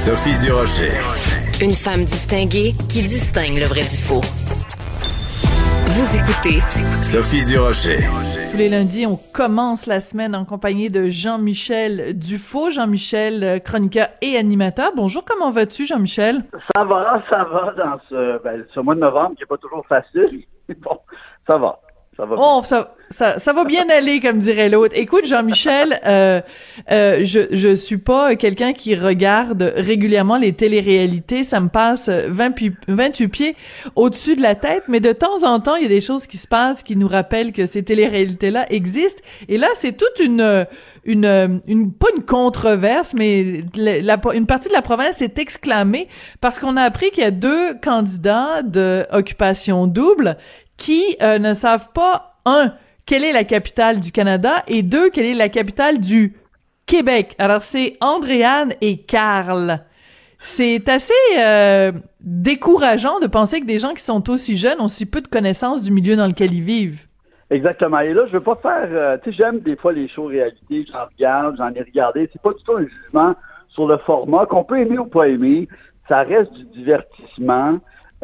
Sophie Durocher. Une femme distinguée qui distingue le vrai du faux. Vous écoutez Sophie Durocher. Tous les lundis, on commence la semaine en compagnie de Jean-Michel Dufault. Jean-Michel, chroniqueur et animateur. Bonjour, comment vas-tu, Jean-Michel? Ça va dans ce mois de novembre qui n'est pas toujours facile. Bon, ça va. Ça va bien. Oh, ça va bien aller, comme dirait l'autre. Écoute, Jean-Michel, je suis pas quelqu'un qui regarde régulièrement les téléréalités. Ça me passe 28 pieds au-dessus de la tête. Mais de temps en temps, il y a des choses qui se passent qui nous rappellent que ces téléréalités-là existent. Et là, c'est toute pas une controverse, mais une partie de la province s'est exclamée parce qu'on a appris qu'il y a 2 candidats de Occupation Double qui ne savent pas, 1, quelle est la capitale du Canada, et 2, quelle est la capitale du Québec. Alors, c'est Andréane et Carl. C'est assez décourageant de penser que des gens qui sont aussi jeunes ont si peu de connaissances du milieu dans lequel ils vivent. Exactement. Et là, je veux pas faire... tu sais, j'aime des fois les shows réalité, j'en regarde, j'en ai regardé. C'est pas du tout un jugement sur le format, qu'on peut aimer ou pas aimer. Ça reste du divertissement.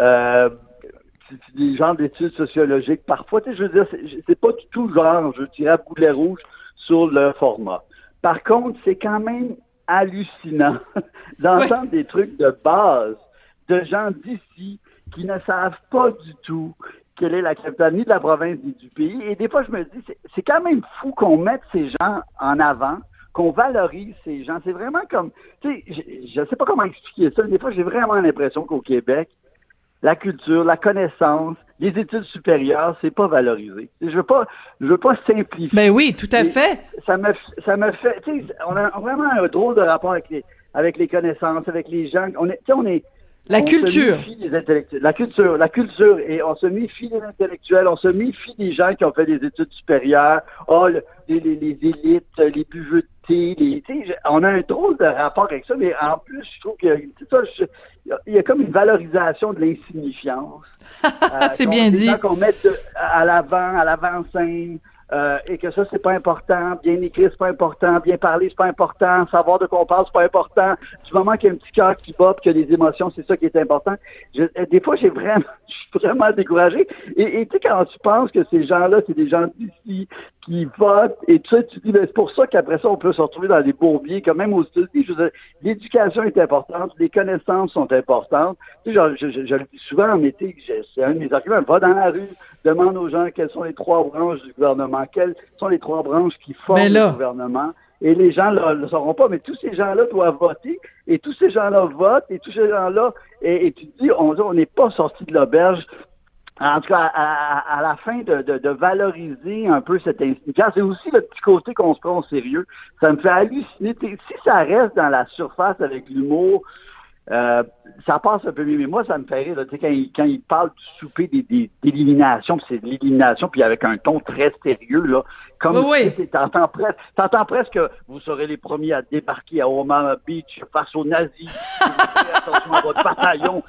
C'est des genres d'études sociologiques. Parfois, tu sais, je veux dire, c'est pas du tout genre, je dirais, boulet rouge sur le format. Par contre, c'est quand même hallucinant d'entendre des trucs de base de gens d'ici qui ne savent pas du tout quelle est la capitale ni de la province ni du pays. Et des fois, je me dis, c'est quand même fou qu'on mette ces gens en avant, qu'on valorise ces gens. C'est vraiment comme, tu sais, je sais pas comment expliquer ça. Des fois, j'ai vraiment l'impression qu'au Québec, la culture, la connaissance, les études supérieures, c'est pas valorisé. Je veux pas simplifier. Ben oui, tout à fait. Ça me fait, tu sais, on a vraiment un drôle de rapport avec les connaissances, avec les gens. On est la culture. Se méfie des intellectuels. La culture, et on se méfie des intellectuels, on se méfie des gens qui ont fait des études supérieures, les élites, les buvetiers, on a un drôle de rapport avec ça, mais en plus, je trouve qu'il y a comme une valorisation de l'insignifiance. C'est bien dit. Qu'on met à l'avant-scène, et que ça, c'est pas important, bien écrit, c'est pas important, bien parler, c'est pas important, savoir de quoi on parle, c'est pas important. Du moment qu'il y a un petit cœur qui bat, puis qu'il y a des émotions, c'est ça qui est important. Des fois, je suis vraiment découragé. Et tu sais, quand tu penses que ces gens-là, c'est des gens d'ici qui votent, et tout ça, tu dis, ben, c'est pour ça qu'après ça, on peut se retrouver dans des bourbiers, quand même aux États-Unis. Je veux dire, l'éducation est importante, les connaissances sont importantes. Tu sais, je le dis souvent, mais tu sais, c'est un de mes arguments. Va dans la rue, demande aux gens quelles sont les 3 branches du gouvernement, quelles sont les 3 branches qui forment le gouvernement. Et les gens ne le sauront pas, mais tous ces gens-là doivent voter, et tous ces gens-là votent, et tous ces gens-là, et tu te dis, on n'est pas sorti de l'auberge. En tout cas, à la fin de valoriser un peu cette insignifiance, c'est aussi le petit côté qu'on se prend au sérieux. Ça me fait halluciner. Si ça reste dans la surface avec l'humour, ça passe un peu mieux. Mais moi, ça me fait rire. Tu sais, quand il parle du souper d'élimination, puis c'est de l'élimination, puis avec un ton très sérieux, là, comme t'entends presque que vous serez les premiers à débarquer à Omaha Beach face aux nazis. Attention à votre bataillon.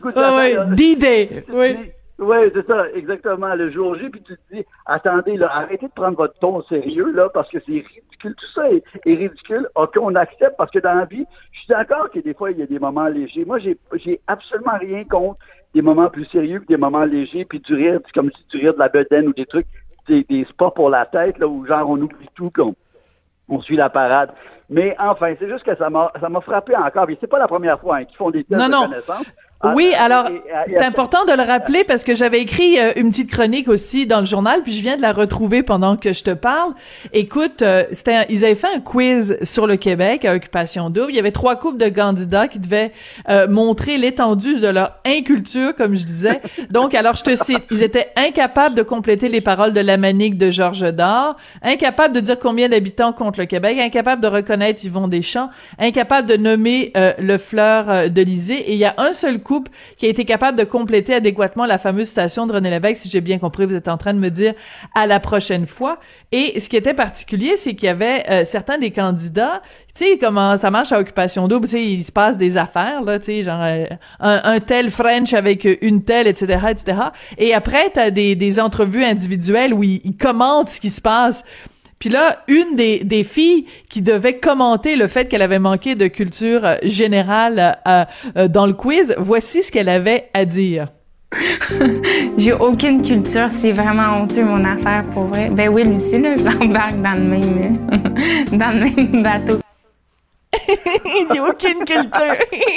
D-Day. Oui. Oui, c'est ça, exactement, le jour J, puis tu te dis, attendez, là, arrêtez de prendre votre ton au sérieux, là, parce que c'est ridicule, tout ça est ridicule, ok, on accepte, parce que dans la vie, je suis d'accord que des fois, il y a des moments légers. Moi, j'ai absolument rien contre des moments plus sérieux que des moments légers, puis du rire, c'est comme si tu rires de la bedaine ou des trucs, des spots pour la tête, là, où genre, on oublie tout, puis on suit la parade. Mais enfin, c'est juste que ça m'a frappé encore, puis c'est pas la première fois qu'ils font des tests de connaissances. Oui, alors, c'est important de le rappeler parce que j'avais écrit une petite chronique aussi dans le journal, puis je viens de la retrouver pendant que je te parle. Écoute, ils avaient fait un quiz sur le Québec à Occupation Double. Il y avait 3 couples de candidats qui devaient montrer l'étendue de leur inculture, comme je disais. Donc, alors, je te cite, ils étaient incapables de compléter les paroles de l'Amanique de Georges Dard, incapables de dire combien d'habitants compte le Québec, incapables de reconnaître Yvon Deschamps, incapables de nommer le fleur de l'Élysée. Et il y a un seul couple qui a été capable de compléter adéquatement la fameuse citation de René Lévesque, si j'ai bien compris, vous êtes en train de me dire à la prochaine fois. Et ce qui était particulier, c'est qu'il y avait certains des candidats, tu sais, comment ça marche à Occupation Double, tu sais, il se passe des affaires, là, tu sais, genre un tel French avec une telle, etc., etc. Et après, t'as des entrevues individuelles où ils commentent ce qui se passe. Puis là, une des filles qui devait commenter le fait qu'elle avait manqué de culture générale dans le quiz, voici ce qu'elle avait à dire. J'ai aucune culture, c'est vraiment honteux mon affaire pour vrai. Ben oui, Lucie, là, j'embarque dans le même bateau. J'ai aucune culture.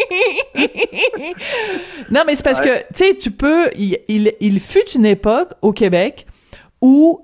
Non, mais c'est parce que, tu sais, tu peux... Il fut une époque au Québec où...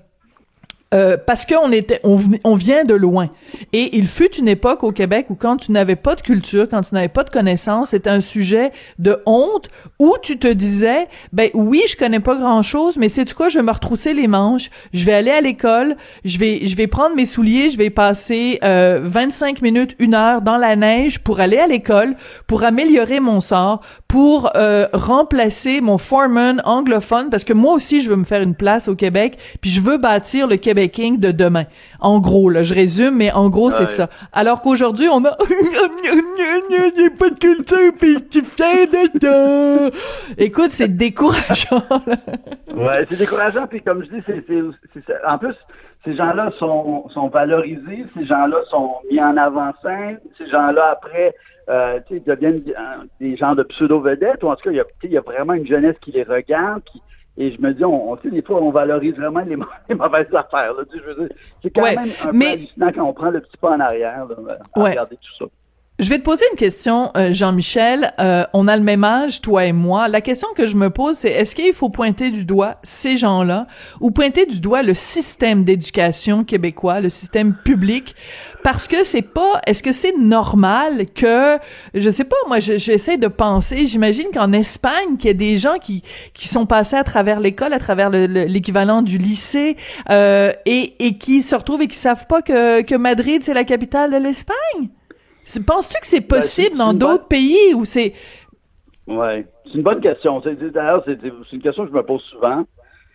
parce on vient de loin. Et il fut une époque au Québec où quand tu n'avais pas de culture, quand tu n'avais pas de connaissances, c'était un sujet de honte où tu te disais, ben oui, je connais pas grand-chose, mais sais-tu quoi, je vais me retrousser les manches, je vais aller à l'école, je vais prendre mes souliers, je vais passer 25 minutes, 1 heure dans la neige pour aller à l'école, pour améliorer mon sort, pour remplacer mon foreman anglophone, parce que moi aussi, je veux me faire une place au Québec, puis je veux bâtir le Québec King de demain. En gros, là, je résume, mais en gros, c'est ça. Alors qu'aujourd'hui, on a j'ai pas de culture, puis je suis fier de ça. Écoute, c'est décourageant, là. Ouais, c'est décourageant, puis comme je dis, c'est en plus, ces gens-là sont valorisés, ces gens-là sont mis en avant-scène, ces gens-là, après, tu sais, deviennent des genres de pseudo-vedettes, ou en tout cas, il y a vraiment une jeunesse qui les regarde, et je me dis, tu sais, des fois, on valorise vraiment les mauvaises affaires. Là. Tu sais, je veux dire, c'est quand même un peu hallucinant quand on prend le petit pas en arrière, là, à regarder tout ça. Je vais te poser une question, Jean-Michel. On a le même âge, toi et moi. La question que je me pose, c'est est-ce qu'il faut pointer du doigt ces gens-là ou pointer du doigt le système d'éducation québécois, le système public? Parce que est-ce que c'est normal que, je sais pas, moi, j'essaie de penser, j'imagine qu'en Espagne, qu'il y a des gens qui sont passés à travers l'école, à travers l'équivalent du lycée, et qui se retrouvent et qui savent pas que Madrid, c'est la capitale de l'Espagne? Penses-tu que c'est possible dans d'autres pays où c'est... Oui, c'est une bonne question. D'ailleurs, c'est une question que je me pose souvent.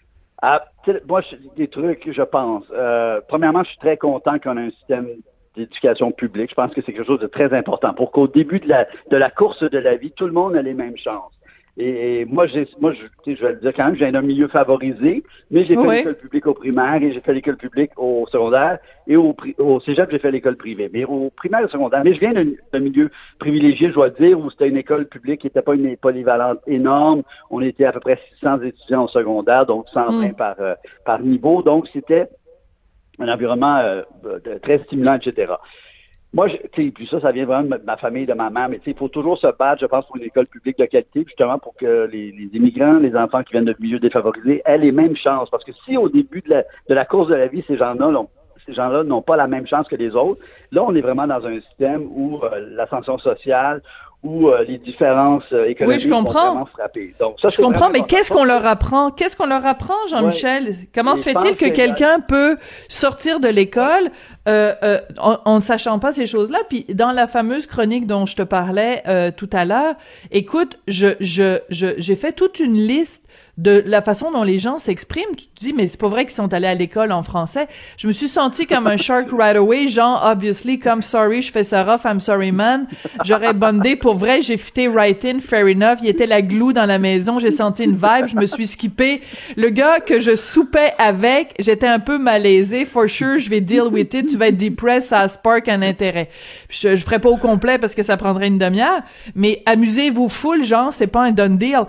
Moi, des trucs, je pense. Premièrement, je suis très content qu'on ait un système d'éducation publique. Je pense que c'est quelque chose de très important pour qu'au début de la course de la vie, tout le monde ait les mêmes chances. Et moi, je vais le dire quand même, je viens d'un milieu favorisé, mais j'ai fait l'école publique au primaire et j'ai fait l'école publique au secondaire et au cégep, j'ai fait l'école privée. Mais au primaire et au secondaire, mais je viens d'un milieu privilégié, je dois le dire, où c'était une école publique qui n'était pas une polyvalente énorme. On était à peu près 600 étudiants au secondaire, donc 120 par niveau. Donc, c'était un environnement très stimulant, etc. Moi, puis ça vient vraiment de ma famille, de ma mère, mais il faut toujours se battre, je pense, pour une école publique de qualité, justement pour que les immigrants, les enfants qui viennent de milieux défavorisés aient les mêmes chances. Parce que si au début de la course de la vie, ces gens-là n'ont pas la même chance que les autres, là, on est vraiment dans un système où l'ascension sociale, où les différences économiques vont vraiment frapper. Donc, ça, je comprends, mais qu'est-ce qu'on leur apprend? Qu'est-ce qu'on leur apprend, Jean-Michel? Comment se fait-il que quelqu'un peut sortir de l'école en ne sachant pas ces choses-là? Puis dans la fameuse chronique dont je te parlais tout à l'heure, écoute, j'ai fait toute une liste de la façon dont les gens s'expriment. Tu te dis, mais c'est pas vrai qu'ils sont allés à l'école en français. Je me suis sentie comme un shark right away, genre, obviously, comme sorry, je fais ça rough, I'm sorry man. J'aurais bondé pour vrai, j'ai fité right in, fair enough. Il était la glue dans la maison, j'ai senti une vibe, je me suis skippé. Le gars que je soupais avec, j'étais un peu malaisé, for sure, je vais deal with it, tu vas être depressed, ça spark un intérêt. Je ferai pas au complet parce que ça prendrait une demi-heure, mais amusez-vous full, genre, c'est pas un done deal.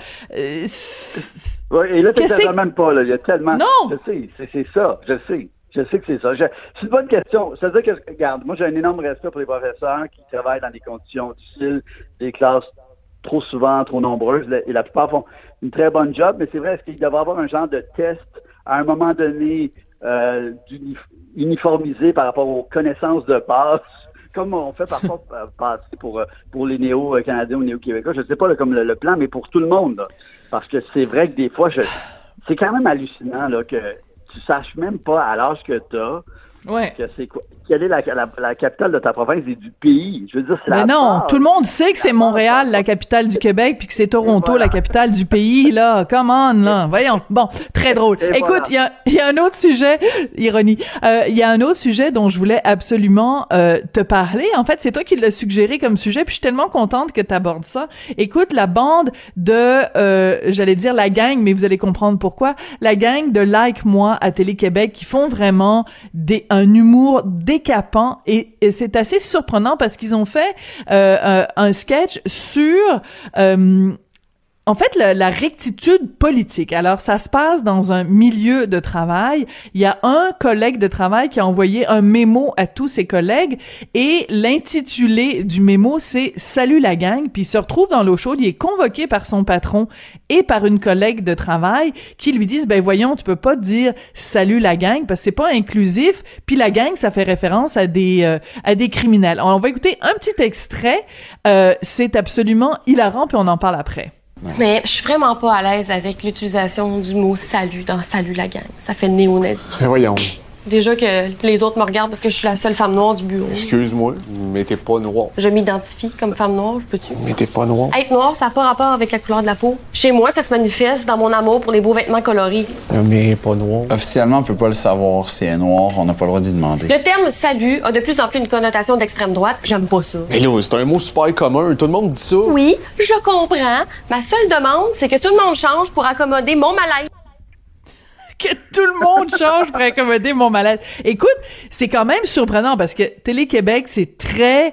Oui, et là, t'exagères même pas, là. Il y a tellement... Non! Je sais, c'est ça. Je sais que c'est ça. C'est une bonne question. C'est-à-dire que, regarde, moi, j'ai un énorme respect pour les professeurs qui travaillent dans des conditions difficiles, des classes trop souvent, trop nombreuses, et la plupart font une très bonne job, mais c'est vrai, est-ce qu'il devrait avoir un genre de test à un moment donné uniformisé par rapport aux connaissances de base, comme on fait parfois passer pour les néo-canadiens ou néo-québécois, je ne sais pas là, comme le plan, mais pour tout le monde. Là. Parce que c'est vrai que des fois, c'est quand même hallucinant là, que tu saches même pas à l'âge que tu as que c'est quoi. Quelle est la capitale de ta province et du pays? Je veux dire, c'est mais non, tout le monde sait que c'est Montréal, la capitale du Québec, puis que c'est Toronto, la capitale du pays, là. Come on, là. Voyons. Bon, très drôle. Écoute, il y a un autre sujet, ironie, il y a un autre sujet dont je voulais absolument te parler. En fait, c'est toi qui l'as suggéré comme sujet, puis je suis tellement contente que tu abordes ça. Écoute, la bande de, j'allais dire la gang, mais vous allez comprendre pourquoi, la gang de Like Moi à Télé-Québec qui font vraiment des un humour décapant et c'est assez surprenant parce qu'ils ont fait un sketch sur en fait, la rectitude politique. Alors, ça se passe dans un milieu de travail. Il y a un collègue de travail qui a envoyé un mémo à tous ses collègues et l'intitulé du mémo, c'est « Salut la gang ». Puis il se retrouve dans l'eau chaude. Il est convoqué par son patron et par une collègue de travail qui lui disent « Ben voyons, tu peux pas dire « Salut la gang » parce que c'est pas inclusif. Puis la gang, ça fait référence à des criminels. Alors, on va écouter un petit extrait. C'est absolument hilarant, puis on en parle après. Mais je suis vraiment pas à l'aise avec l'utilisation du mot « salut » dans « salut la gang ». Ça fait néo-nazi. Voyons. Déjà que les autres me regardent parce que je suis la seule femme noire du bureau. Excuse-moi, mais t'es pas noire. Je m'identifie comme femme noire, je peux-tu? Mais t'es pas noire. Être noire, ça n'a pas rapport avec la couleur de la peau. Chez moi, ça se manifeste dans mon amour pour les beaux vêtements colorés. Mais pas noire. Officiellement, on peut pas le savoir si elle est noire, on n'a pas le droit d'y demander. Le terme « salut » a de plus en plus une connotation d'extrême droite. J'aime pas ça. Mais là, c'est un mot super commun, tout le monde dit ça. Oui, je comprends. Ma seule demande, c'est que tout le monde change pour accommoder mon malaise. Que tout le monde change pour accommoder mon malaise. Écoute, c'est quand même surprenant parce que Télé-Québec, c'est très,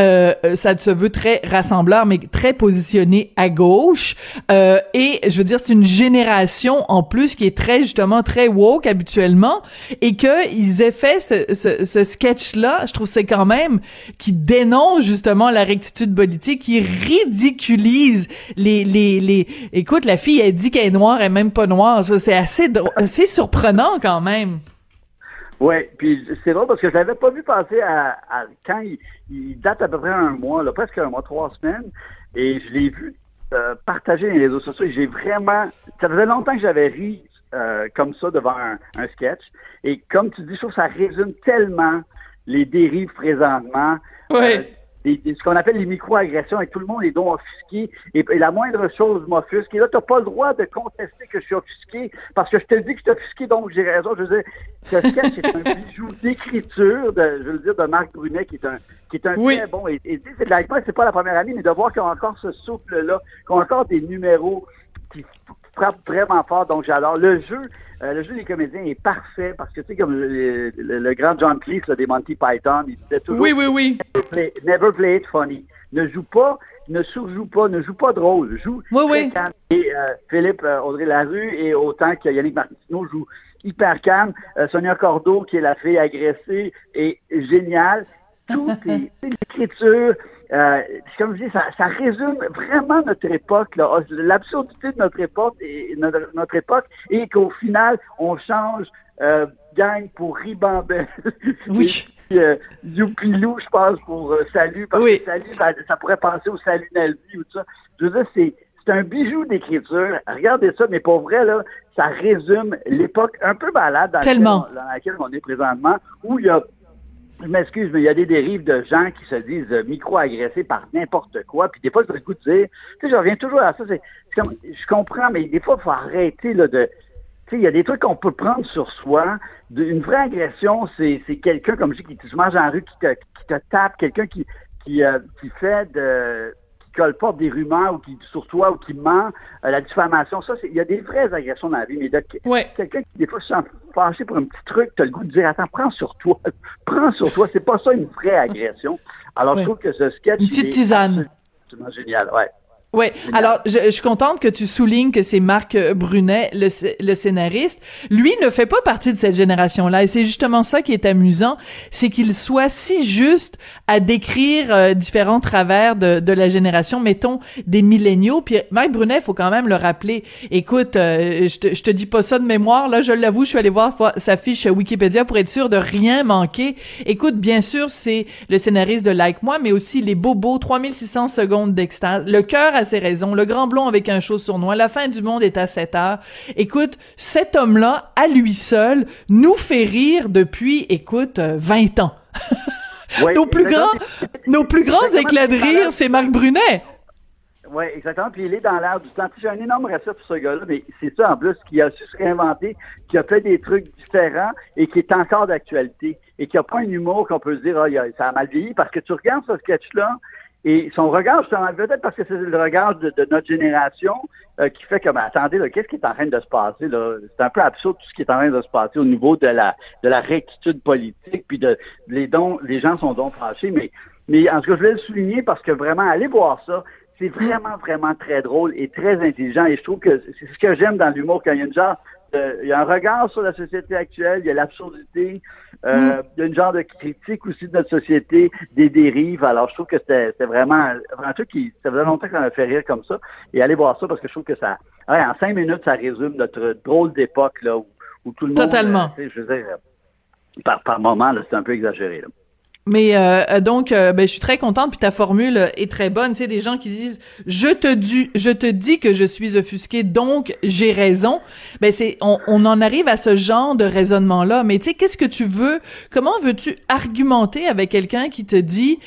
ça se veut très rassembleur, mais très positionné à gauche. Et je veux dire, c'est une génération en plus qui est justement très woke habituellement, et que ils aient fait ce sketch-là, je trouve c'est quand même qui dénonce justement la rectitude politique, qui ridiculise les. Écoute, la fille elle dit qu'elle est noire, elle est même pas noire. C'est assez surprenant quand même. Oui, puis c'est drôle parce que je l'avais pas vu passer à quand il date à peu près un mois, là, presque un mois, 3 semaines, et je l'ai vu partager les réseaux sociaux et j'ai vraiment... Ça faisait longtemps que j'avais ri comme ça devant un sketch, et comme tu dis, je trouve que ça résume tellement les dérives présentement. Oui. Ce qu'on appelle les micro-agressions, et tout le monde est donc offusqué, et la moindre chose m'offusque, et là, t'as pas le droit de contester que je suis offusqué, parce que je te dis que je suis offusqué, donc j'ai raison. Je veux dire, ce sketch est un bijou d'écriture, je veux dire, de Marc Brunet, qui est un oui. Très bon, et c'est de la c'est pas la première année, mais de voir qu'il y a encore ce souffle-là, qu'il y a encore des numéros qui frappent vraiment fort, donc j'adore. Le jeu des comédiens est parfait parce que, tu sais, comme le grand John Cleese des Monty Python, il disait toujours Oui. Never play it funny. Ne joue pas, ne surjoue pas, ne joue pas drôle. Joue très calme. Et Philippe Audrey Larue, et autant que Yannick Martineau joue hyper calme. Sonia Cordeau, qui est la fille agressée, est géniale. Tout est l'écriture. Comme je dis, ça résume vraiment notre époque, là, l'absurdité de notre époque et qu'au final, on change gang pour Ribambelle. Oui. Youpilou, je pense, pour Salut, parce que Salut, ça pourrait penser au Salut Nelby ou tout ça. Je veux dire, c'est un bijou d'écriture. Regardez ça, mais pour vrai, là, ça résume l'époque un peu malade dans laquelle on est présentement, où il y a... Je m'excuse, mais il y a des dérives de gens qui se disent micro-agressés par n'importe quoi, puis des fois, j'ai le goût de dire, tu sais, je reviens toujours à ça, c'est comme, je comprends, mais des fois, il faut arrêter, là, tu sais, il y a des trucs qu'on peut prendre sur soi. Une vraie agression, c'est quelqu'un, comme je dis, qui se mange en rue, qui te tape, quelqu'un qui fait qui colporte des rumeurs sur toi ou qui ment, la diffamation, ça, il y a des vraies agressions dans la vie, mais quelqu'un qui, des fois, se sent fâché pour un petit truc, tu as le goût de dire, attends, prends sur toi, c'est pas ça une vraie agression. Alors, je trouve que ce sketch... Une petite tisane. C'est génial, ouais. Oui, alors je suis contente que tu soulignes que c'est Marc Brunet, le scénariste. Lui ne fait pas partie de cette génération-là, et c'est justement ça qui est amusant, c'est qu'il soit si juste à décrire différents travers de la génération, mettons des milléniaux. Puis Marc Brunet, faut quand même le rappeler. Écoute, je te dis pas ça de mémoire, là, je l'avoue, je suis allée voir sa fiche Wikipédia pour être sûre de rien manquer. Écoute, bien sûr, c'est le scénariste de Like Moi, mais aussi Les Bobos, 3600 secondes d'extase, Le cœur à ses raisons, Le grand blond avec un chaud sournois, La fin du monde est à 7 heures. Écoute, cet homme-là, à lui seul, nous fait rire depuis, 20 ans. Ouais, nos plus grands éclats de rire, c'est Marc Brunet. Oui, exactement. Puis il est dans l'air du temps. J'ai un énorme respect pour ce gars-là, mais c'est ça en plus qui a su se réinventer, qui a fait des trucs différents et qui est encore d'actualité. Et qui n'a pas un humour qu'on peut se dire, ça a mal vieilli, parce que tu regardes ce sketch-là, Et son regard, justement, peut-être parce que c'est le regard de notre génération qui fait comme, attendez, là, qu'est-ce qui est en train de se passer, là? C'est un peu absurde tout ce qui est en train de se passer au niveau de la rectitude politique, puis les gens sont donc fâchés, mais en tout cas, je voulais le souligner parce que vraiment, allez voir ça. C'est vraiment, vraiment très drôle et très intelligent. Et je trouve que c'est ce que j'aime dans l'humour, quand il y a il y a un regard sur la société actuelle, il y a l'absurdité, il y a une genre de critique aussi de notre société, des dérives. Alors, je trouve que c'était vraiment un truc ça faisait longtemps qu'on a fait rire comme ça. Et allez voir ça parce que je trouve que en 5 minutes, ça résume notre drôle d'époque, là, où tout le monde... Totalement. Je veux dire, par moment, là, c'est un peu exagéré, là. Mais donc, je suis très contente, puis ta formule est très bonne. Tu sais, des gens qui disent je te dis que je suis offusqué, donc j'ai raison. Ben on en arrive à ce genre de raisonnement-là. Mais tu sais, qu'est-ce que tu veux? Comment veux-tu argumenter avec quelqu'un qui te dit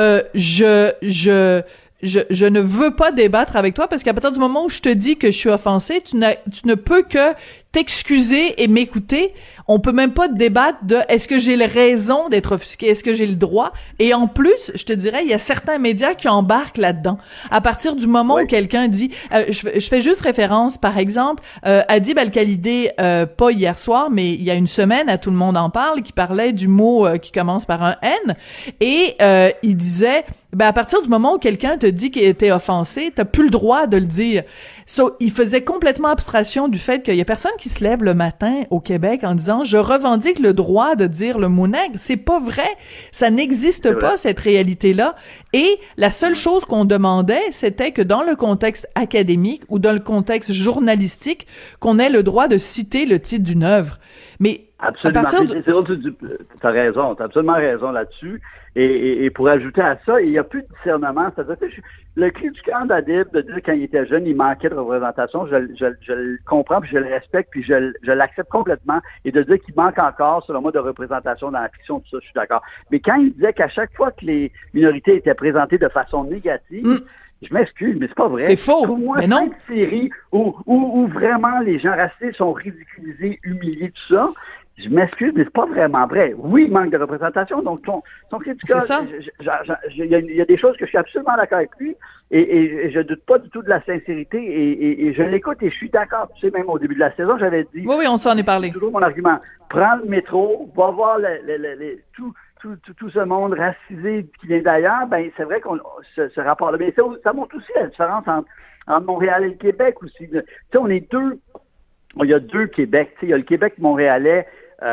je ne veux pas débattre avec toi parce qu'à partir du moment où je te dis que je suis offensé, tu ne peux que t'excuser et m'écouter. On peut même pas débattre de est-ce que j'ai raison d'être offusqué, est-ce que j'ai le droit. Et en plus, je te dirais, il y a certains médias qui embarquent là-dedans. À partir du moment où quelqu'un dit, je fais juste référence, par exemple, Adib Al-Khalidé, pas hier soir, mais il y a une semaine, à Tout le monde en parle, qui parlait du mot qui commence par un N, et il disait, à partir du moment où quelqu'un te dit qu'il était offensé, t'as plus le droit de le dire. Il faisait complètement abstraction du fait qu'il y a personne qui se lève le matin au Québec en disant je revendique le droit de dire le mot nègre. C'est pas vrai. Ça n'existe pas, cette réalité-là. Et la seule chose qu'on demandait, c'était que dans le contexte académique ou dans le contexte journalistique, qu'on ait le droit de citer le titre d'une œuvre. Mais absolument. T'as raison, t'as absolument raison là-dessus. Et pour ajouter à ça, il n'y a plus de discernement. C'est-à-dire, le cri du cœur d'Adib, de dire quand il était jeune, il manquait de représentation, je le comprends, puis je le respecte, puis je l'accepte complètement. Et de dire qu'il manque encore, selon moi, de représentation dans la fiction, tout ça, je suis d'accord. Mais quand il disait qu'à chaque fois que les minorités étaient présentées de façon négative, je m'excuse, mais c'est pas vrai. C'est faux. Pour moi, mais non. 5 séries où vraiment les gens racistes sont ridiculisés, humiliés, tout ça. Je m'excuse, mais c'est pas vraiment vrai. Oui, il manque de représentation, donc son critique, il y a des choses que je suis absolument d'accord avec lui, et je doute pas du tout de la sincérité, et je l'écoute et je suis d'accord. Tu sais, même au début de la saison, j'avais dit... Oui, on s'en est parlé. C'est toujours mon argument. Prends le métro, va voir tout ce monde racisé qui vient d'ailleurs, ben c'est vrai qu'on ce rapport-là. Mais ça montre aussi la différence entre Montréal et le Québec aussi. Tu sais, on est deux... Il y a deux Québec. Tu sais, il y a le Québec montréalais,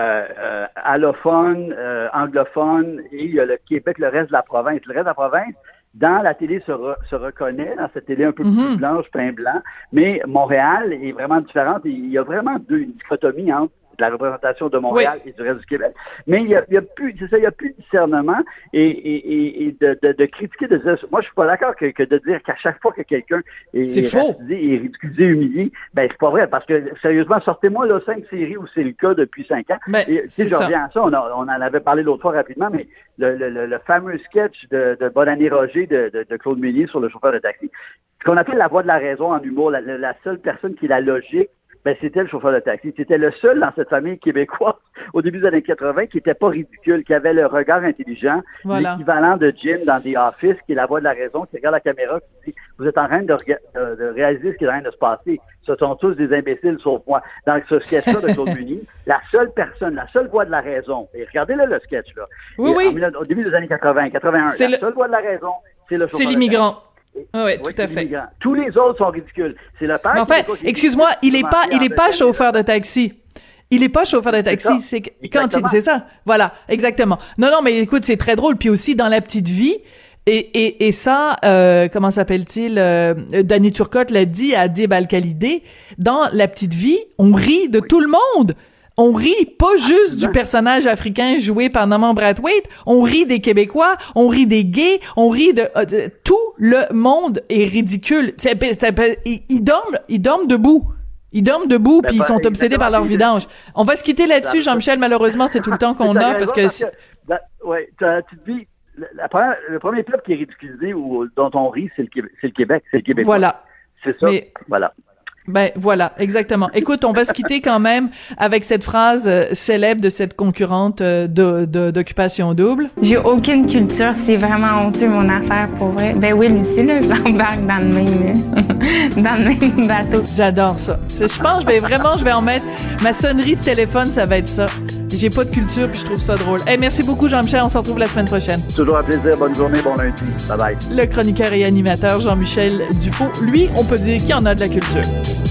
allophone, anglophone, et il y a le Québec, le reste de la province. Le reste de la province, dans la télé, se reconnaît, dans cette télé un peu plus blanche, pain blanc, mais Montréal est vraiment différente. Il y a vraiment une dichotomie entre la représentation de Montréal et du reste du Québec. Mais il y a plus, c'est ça, il y a plus de discernement et de critiquer, de dire, moi je suis pas d'accord que de dire qu'à chaque fois que quelqu'un est racisé et ridiculisé, humilié, ben c'est pas vrai, parce que sérieusement, sortez-moi là 5 séries où c'est le cas depuis 5 ans. Ben, et je reviens à ça, on en avait parlé l'autre fois rapidement, mais le fameux sketch de Bonne année Roger de Claude Meunier sur le chauffeur de taxi, ce qu'on appelle la voix de la raison en humour, la seule personne qui est la logique, ben c'était le chauffeur de taxi. C'était le seul dans cette famille québécoise au début des années 80 qui était pas ridicule, qui avait le regard intelligent, l'équivalent de Jim dans The Office, qui est la voix de la raison, qui regarde la caméra, qui dit « Vous êtes en train de réaliser ce qui est en train de se passer. Ce sont tous des imbéciles sauf moi. » Dans ce sketch-là de Claude Meunier, la seule personne, la seule voix de la raison, et regardez-là le sketch, là. Au début des années 80, 81, seule voix de la raison, c'est le chauffeur de taxi. C'est l'immigrant. Oui, tout à fait. Tous les autres sont ridicules. C'est le père. Mais en fait, excuse-moi, il est pas chauffeur de taxi. Il est pas chauffeur de taxi. C'est quand c'est ça. Voilà, exactement. Non, mais écoute, c'est très drôle. Puis aussi dans La Petite Vie. Et ça, comment s'appelle-t-il? Danny Turcotte l'a dit à Adib Al-Khalidé. Dans La Petite Vie, on rit de tout le monde. On rit pas juste du personnage africain joué par Norman Brathwaite, on rit des Québécois, on rit des gays, on rit de tout le monde est ridicule. Ils dorment debout. Ils dorment debout puis ils sont obsédés par leur vidange. On va se quitter là-dessus, Jean-Michel, malheureusement, c'est tout le temps qu'on a parce que tu te dis le premier peuple qui est ridiculisé ou dont on rit, c'est le Québec, c'est le Québécois. Voilà. C'est ça. Voilà. Ben voilà, exactement. Écoute, on va se quitter quand même avec cette phrase célèbre de cette concurrente d'Occupation Double. J'ai aucune culture, c'est vraiment honteux mon affaire pour vrai. Ben oui, Lucie, là, j'embarque dans le même bateau. J'adore ça. Je pense que je vais en mettre ma sonnerie de téléphone, ça va être ça. J'ai pas de culture puis je trouve ça drôle. Hey, merci beaucoup Jean-Michel, on se retrouve la semaine prochaine. Toujours un plaisir, bonne journée, bon lundi. Bye bye. Le chroniqueur et animateur Jean-Michel Dufault, lui, on peut dire qu'il en a de la culture.